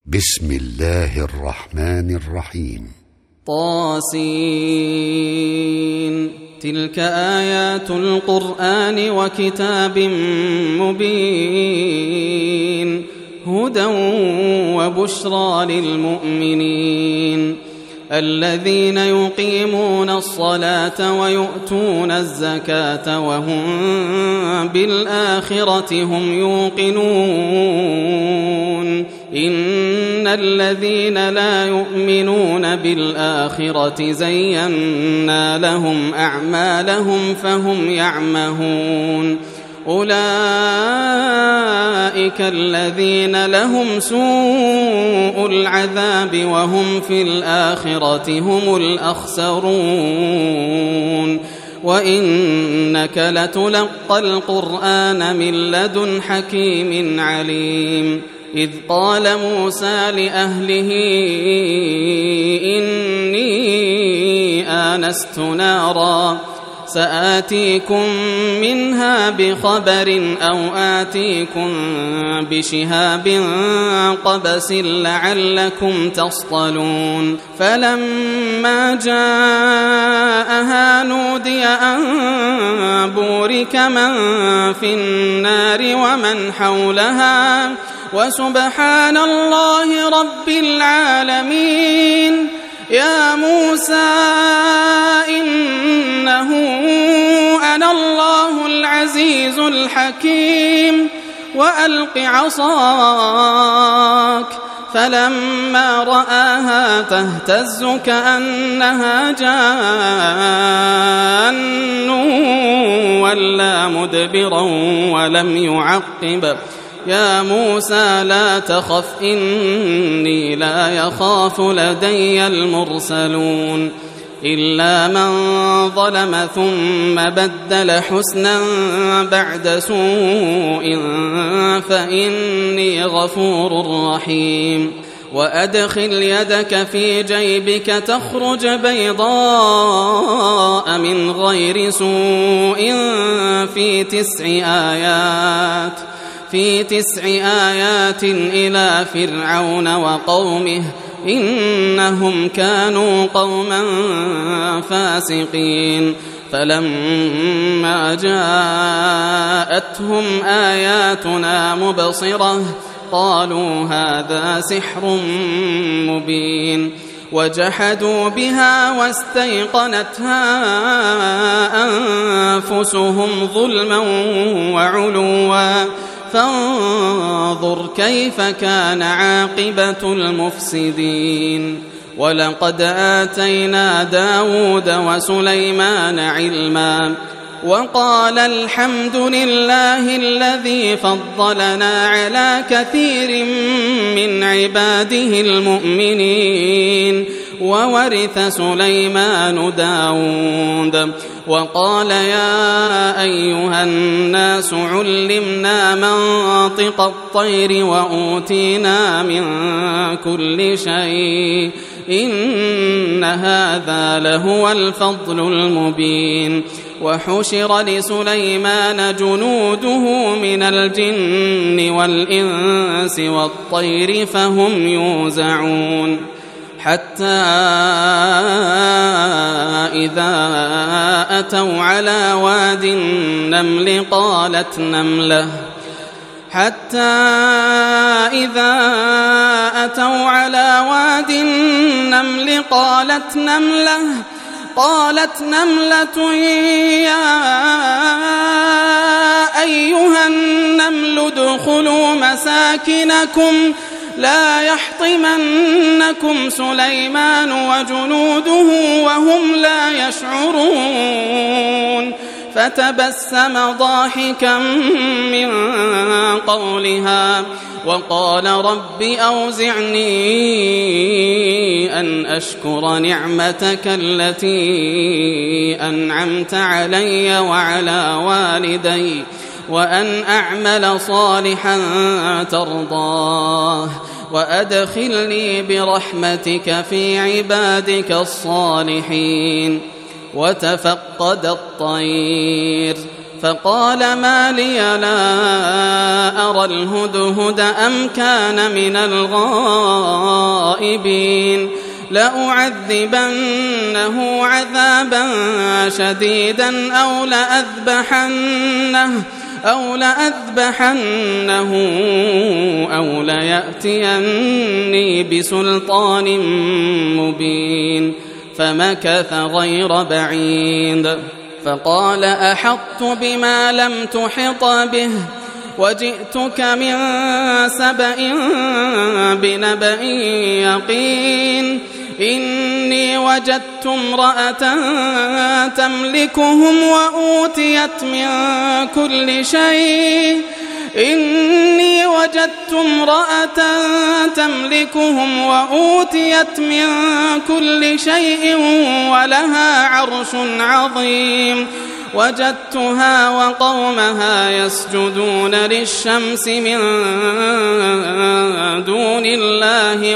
بسم الله الرحمن الرحيم. طاسين. تلك آيات القرآن وكتاب مبين هدى وبشرى للمؤمنين الذين يقيمون الصلاة ويؤتون الزكاة وهم بالآخرة هم يوقنون إن الذين لا يؤمنون بالآخرة زينا لهم أعمالهم فهم يعمهون أولئك الذين لهم سوء العذاب وهم في الآخرة هم الأخسرون وإنك لتلقى القرآن من لدن حكيم عليم إذ قال موسى لأهله إني آنست نارا سآتيكم منها بخبر أو آتيكم بشهاب قبس لعلكم تصطلون فلما جاءها نودي أن بورك من في النار ومن حولها وسبحان الله رب العالمين يا موسى إنه أنا الله العزيز الحكيم وألق عصاك فلما رآها تهتز كأنها جان ولا مدبرا ولم يعقب يا موسى لا تخف إني لا يخاف لدي المرسلون إلا من ظلم ثم بدل حسنا بعد سوء فإني غفور رحيم وأدخل يدك في جيبك تخرج بيضاء من غير سوء في 9 آيات إلى فرعون وقومه إنهم كانوا قوما فاسقين فلما جاءتهم آياتنا مبصرة قالوا هذا سحر مبين وجحدوا بها واستيقنتها أنفسهم ظلما وعلوا فانظر كيف كان عاقبة المفسدين ولقد آتينا داود وسليمان علما وقال الحمد لله الذي فضلنا على كثير من عباده المؤمنين وورث سليمان داود وقال يا أيها الناس علمنا منطق الطير وأوتينا من كل شيء إن هذا لهو الفضل المبين وحشر لسليمان جنوده من الجن والإنس والطير فهم يوزعون حتى إذا أتوا على واد النمل قالت نملة يا أيها النمل ادخلوا مساكنكم لا يحطمنكم سليمان وجنوده وهم لا يشعرون فتبسم ضاحكا من قولها وقال رب أوزعني أن أشكر نعمتك التي أنعمت علي وعلى والدي وأن أعمل صالحا ترضاه وأدخلني برحمتك في عبادك الصالحين وتفقد الطير فقال ما لي لا أرى الهدهد أم كان من الغائبين لأعذبنه عذابا شديدا أو لأذبحنه أو ليأتيني بسلطان مبين فمكث غير بعيد فقال أحطت بما لم تحط به وجئتك من سبأ بنبأ يقين إني وجدت امرأة تملكهم وأوتيت من كل شيء ولها عرش عظيم وجدتها وقومها يسجدون للشمس من دون الله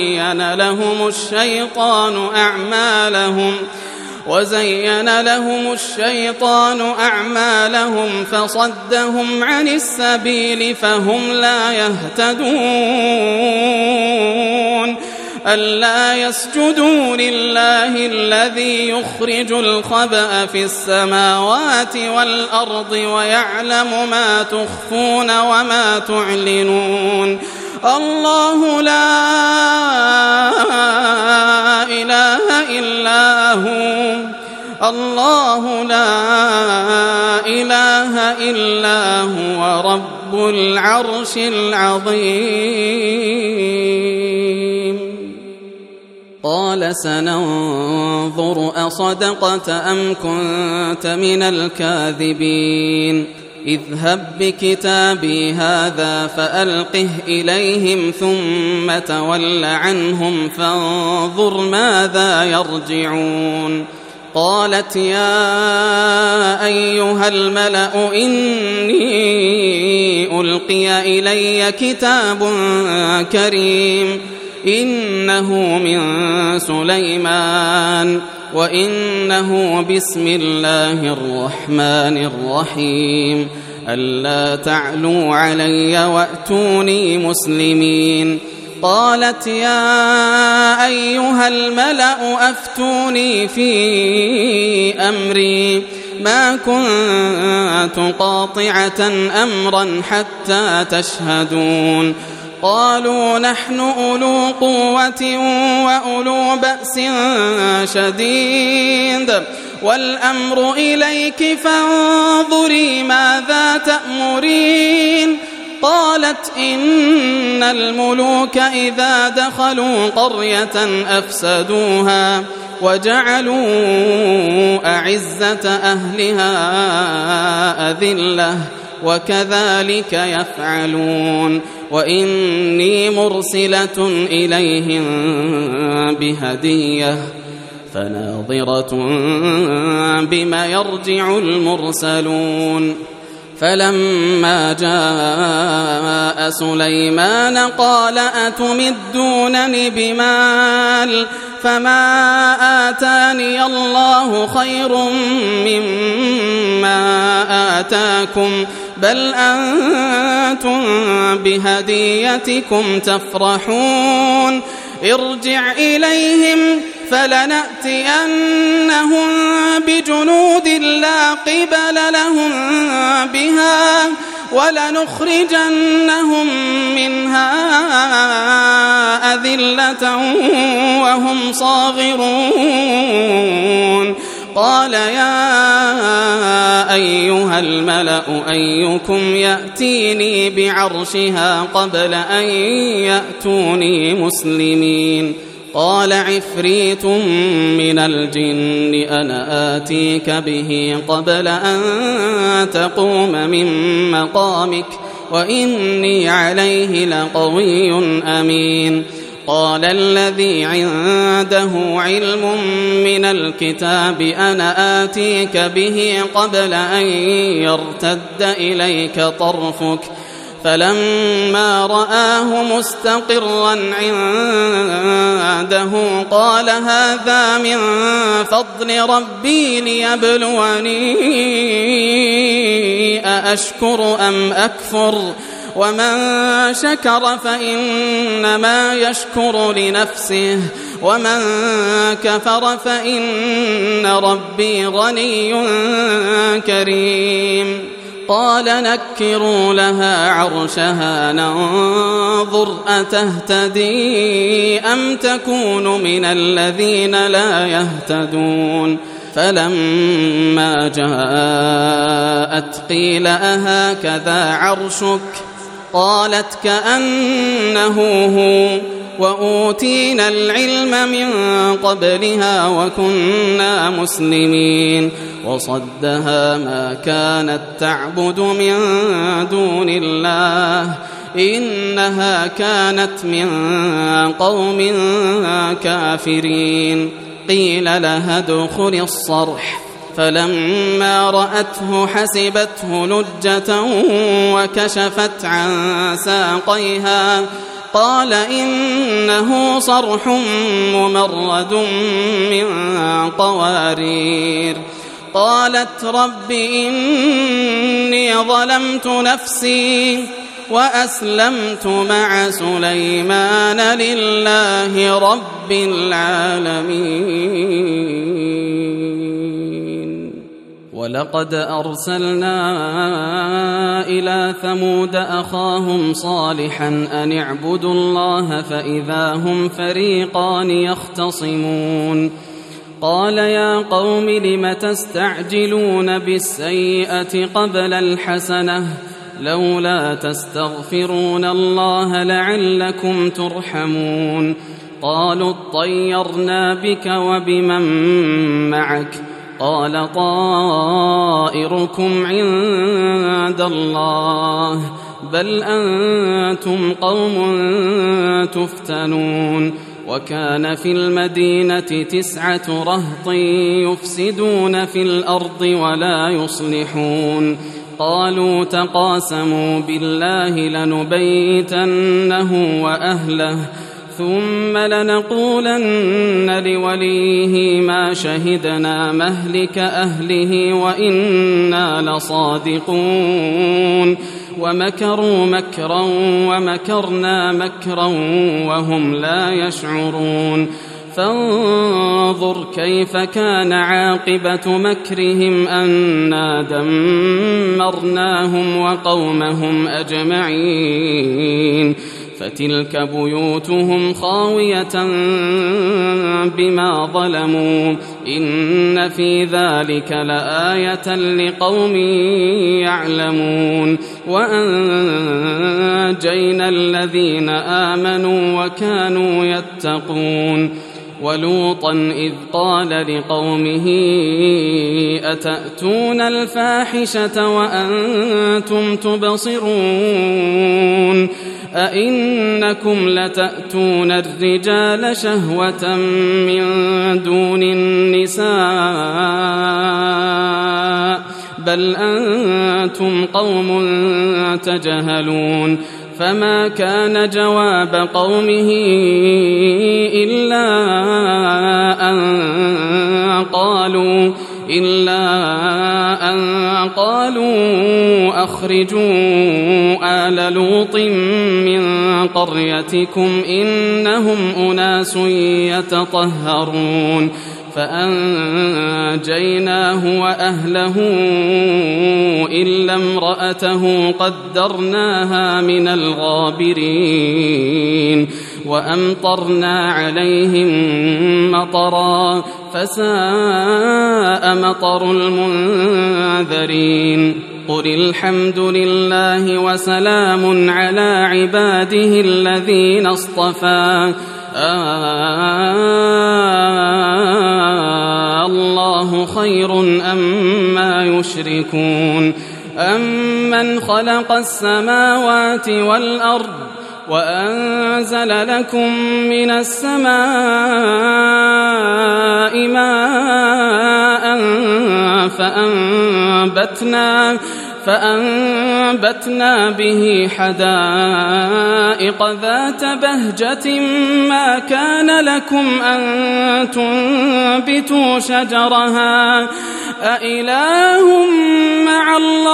وزين لهم الشيطان أعمالهم فصدهم عن السبيل فهم لا يهتدون ألا يسجدوا لله الذي يخرج الخبأ في السماوات والأرض ويعلم ما تخفون وما تعلنون الله لا إله إلا هو رب العرش العظيم قال سننظر أصدقت أم كنت من الكاذبين اذهب بكتابي هذا فألقه إليهم ثم تول عنهم فانظر ماذا يرجعون قالت يا أيها الملأ إني ألقي إلي كتاب كريم إنه من سليمان وإنه بسم الله الرحمن الرحيم ألا تعلوا علي وأتوني مسلمين قالت يا أيها الملأ أفتوني في أمري ما كنت قاطعة أمرا حتى تشهدون قالوا نحن أولو قوة وأولو بأس شديد والأمر إليك فانظري ماذا تأمرين قالت إن الملوك إذا دخلوا قرية أفسدوها وجعلوا أعزة أهلها أذلة وكذلك يفعلون وإني مرسلة إليهم بهدية فناظرة بما يرجع المرسلون فلما جاء سليمان قال أتمدونني بمال فما آتاني الله خير مما آتاكم بل أنتم بهديتكم تفرحون ارجع إليهم فلنأتينهم بجنود لا قبل لهم بها ولنخرجنهم منها أذلة وهم صاغرون قال يا أيها الملأ أيكم يأتيني بعرشها قبل أن يأتوني مسلمين قال عفريت من الجن أنا آتيك به قبل أن تقوم من مقامك وإني عليه لقوي أمين قال الذي عنده علم من الكتاب أنا آتيك به قبل أن يرتد إليك طرفك فلما رآه مستقرا عنده قال هذا من فضل ربي ليبلوني أأشكر أم أكفر ومن شكر فإنما يشكر لنفسه ومن كفر فإن ربي غني كريم قال نكروا لها عرشها ننظر أتهتدي أم تكون من الذين لا يهتدون فلما جاءت قيل أهكذا عرشك قالت كأنه هو وأوتينا العلم من قبلها وكنا مسلمين وصدها ما كانت تعبد من دون الله إنها كانت من قوم كافرين قيل لها ادخل الصرح فلما رأته حسبته لجة وكشفت عن ساقيها قال إنه صرح ممرد من قوارير قالت رب إني ظلمت نفسي وأسلمت مع سليمان لله رب العالمين ولقد أرسلنا إلى ثمود أخاهم صالحا أن اعبدوا الله فإذا هم فريقان يختصمون قال يا قوم لم تستعجلون بالسيئة قبل الحسنة لولا تستغفرون الله لعلكم ترحمون قالوا اطيرنا بك وبمن معك قال طائركم عند الله بل أنتم قوم تفتنون وكان في المدينة 9 رهط يفسدون في الأرض ولا يصلحون قالوا تقاسموا بالله لنبيتنه وأهله ثم لنقولن لوليه ما شهدنا مهلك أهله وإنا لصادقون ومكروا مكرا ومكرنا مكرا وهم لا يشعرون فانظر كيف كان عاقبة مكرهم أنا دمرناهم وقومهم أجمعين فتلك بيوتهم خاوية بما ظلموا إن في ذلك لآية لقوم يعلمون وأنجينا الذين آمنوا وكانوا يتقون ولوطا إذ قال لقومه أتأتون الفاحشة وأنتم تبصرون أئنكم لتأتون الرجال شهوة من دون النساء بل أنتم قوم تجهلون فما كان جواب قومه إلا أن قالوا أخرجوا آل لوط من قريتكم إنهم أناس يتطهرون فأنجيناه وأهله إلا امرأته قدرناها من الغابرين وأمطرنا عليهم مطرا فساء مطر المنذرين قل الحمد لله وسلام على عباده الذين اصطفى الله خير أما يشركون أمن خلق السماوات والأرض وأنزل لكم من السماء ماء فأنبتنا به حدائق ذات بهجة ما كان لكم أن تنبتوا شجرها أإله مع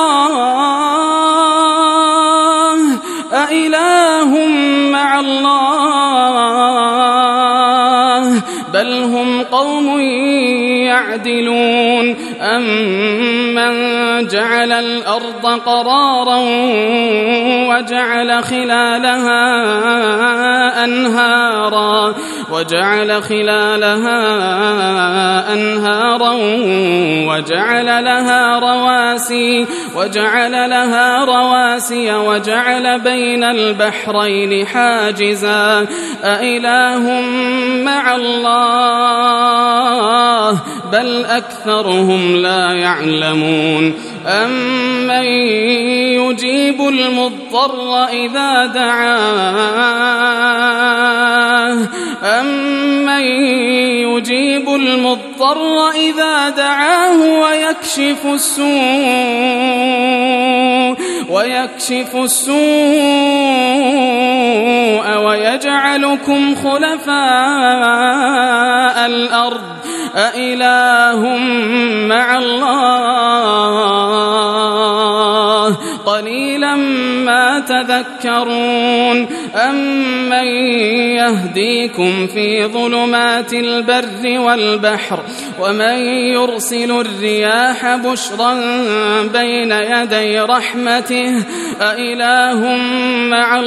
الله بل هم قوم يعدلون أمن جعل الأرض قرارا وجعل خلالها أنهارا وجعل لها رواسي وجعل بين البحرين حاجزا أإله مع الله بل أكثرهم لا يعلمون أمن يجيب المضطر إذا دعاه ويكشف السوء ويجعلكم خلفاء الأرض أإله مع الله قليلا ما تذكرون أمن يهديكم في ظلمات البر والبحر ومن يرسل الرياح بشرا بين يدي رحمته أإله مع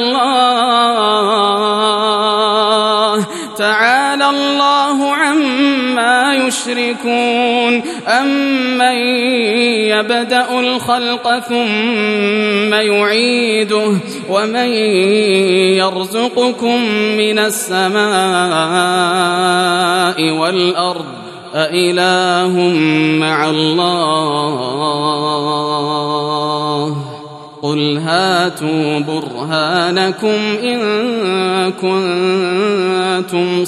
الله تعالى الله عما يشركون أمن يبدأ الخلق ثم يعيده ومن يرزقكم من السماء والأرض أإله مع الله قل هاتوا برهانكم إن كنتم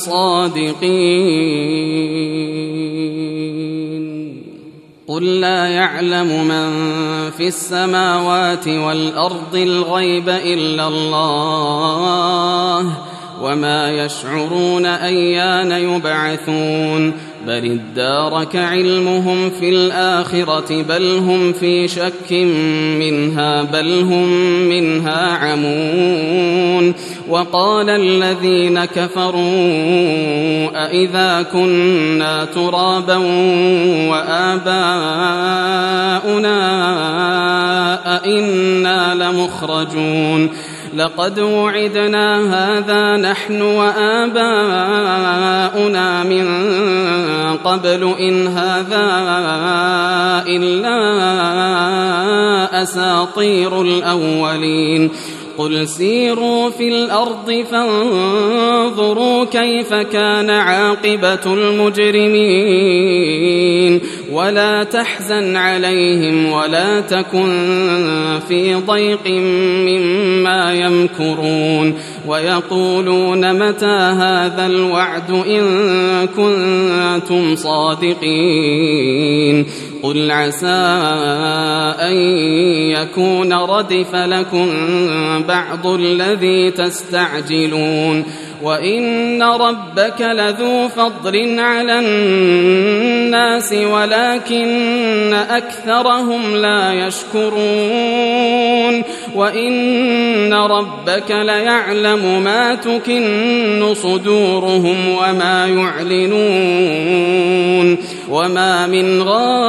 صادقين قل لا يعلم من في السماوات والأرض الغيب إلا الله وما يشعرون أيان يبعثون بل ادارك علمهم في الآخرة بل هم في شك منها بل هم منها عمون وقال الذين كفروا أإذا كنا ترابا وآباؤنا أإنا لمخرجون لقد وعدنا هذا نحن وآباؤنا من قبل إن هذا إلا أساطير الأولين قل سيروا في الأرض فانظروا كيف كان عاقبة المجرمين ولا تحزن عليهم ولا تكن في ضيق مما يمكرون ويقولون متى هذا الوعد إن كنتم صادقين قل عسى أن يكون ردف لكم بعض الذي تستعجلون وإن ربك لذو فضل على الناس ولكن أكثرهم لا يشكرون وإن ربك ليعلم ما تكن صدورهم وما يعلنون وما من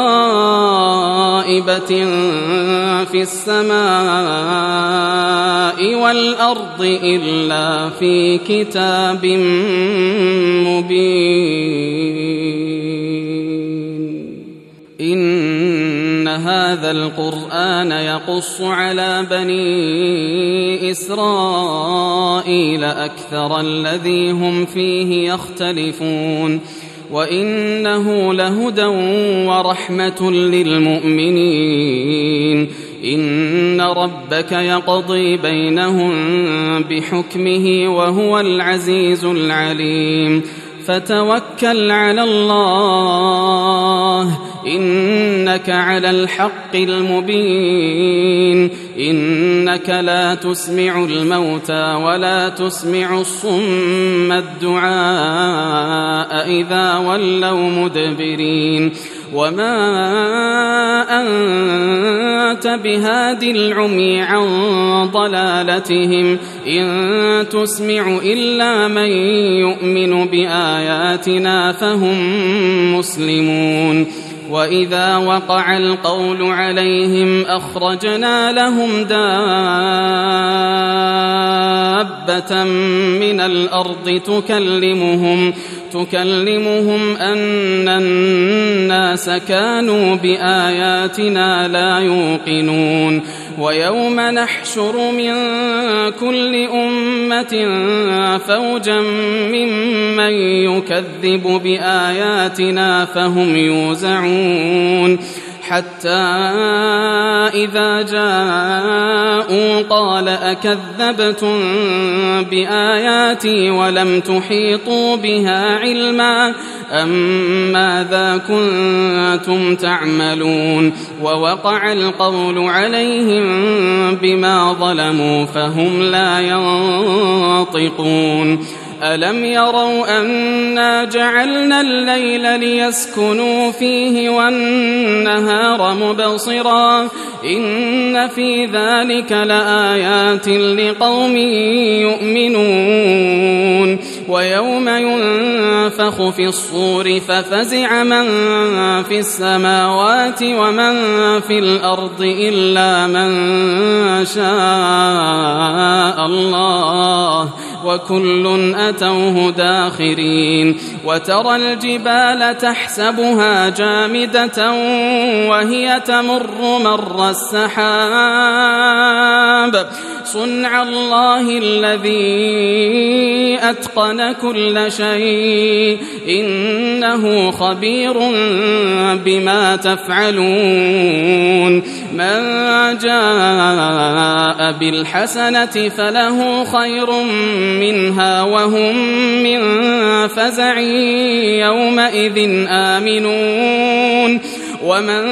غائبة في السماء والأرض إلا في كتاب مبين إن هذا القرآن يقص على بني إسرائيل أكثر الذي هم فيه يختلفون وإنه لهدى ورحمة للمؤمنين إن ربك يقضي بينهم بحكمه وهو العزيز العليم فتوكل على الله إنك على الحق المبين إنك لا تسمع الموتى ولا تسمع الصم الدعاء إذا ولوا مدبرين وما أنت بهاد العمي عن ضلالتهم إن تسمع إلا من يؤمن بآياتنا فهم مسلمون وإذا وقع القول عليهم أخرجنا لهم دابة من الأرض تكلمهم أن الناس كانوا بآياتنا لا يوقنون ويوم نحشر من كل أمة فوجا ممن يكذب بآياتنا فهم يوزعون حتى إذا جاءوا قال أكذبتم بآياتي ولم تحيطوا بها علما أم ماذا كنتم تعملون ووقع القول عليهم بما ظلموا فهم لا ينطقون ألم يروا أنا جعلنا الليل ليسكنوا فيه والنهار مبصرا إن في ذلك لآيات لقوم يؤمنون ويوم ينفخ في الصور ففزع من في السماوات ومن في الأرض إلا من شاء الله وكل أتوه داخرين وترى الجبال تحسبها جامدة وهي تمر مر السحاب صنع الله الذي أتقن كل شيء إنه خبير بما تفعلون من جاء بالحسنة فله خير منها وهم من فزع يومئذ آمنون ومن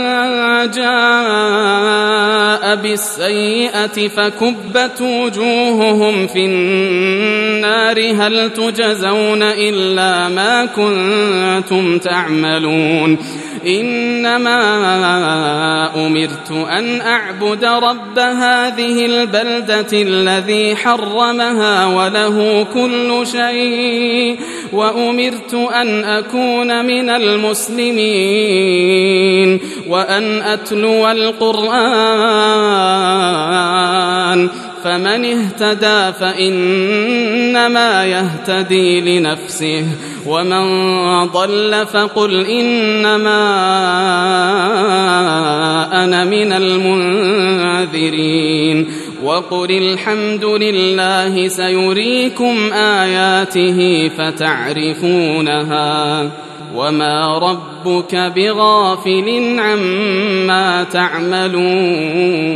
جاء بالسيئة فكبت وجوههم في النار هل تجزون إلا ما كنتم تعملون إنما أمرت أن أعبد رب هذه البلدة الذي حرمها وله كل شيء وأمرت أن أكون من المسلمين وأن أتلو القرآن فمن اهتدى فإنما يهتدي لنفسه ومن ضل فقل إنما أنا من المنذرين وقل الحمد لله سيريكم آياته فتعرفونها وما ربك بغافل عما تعملون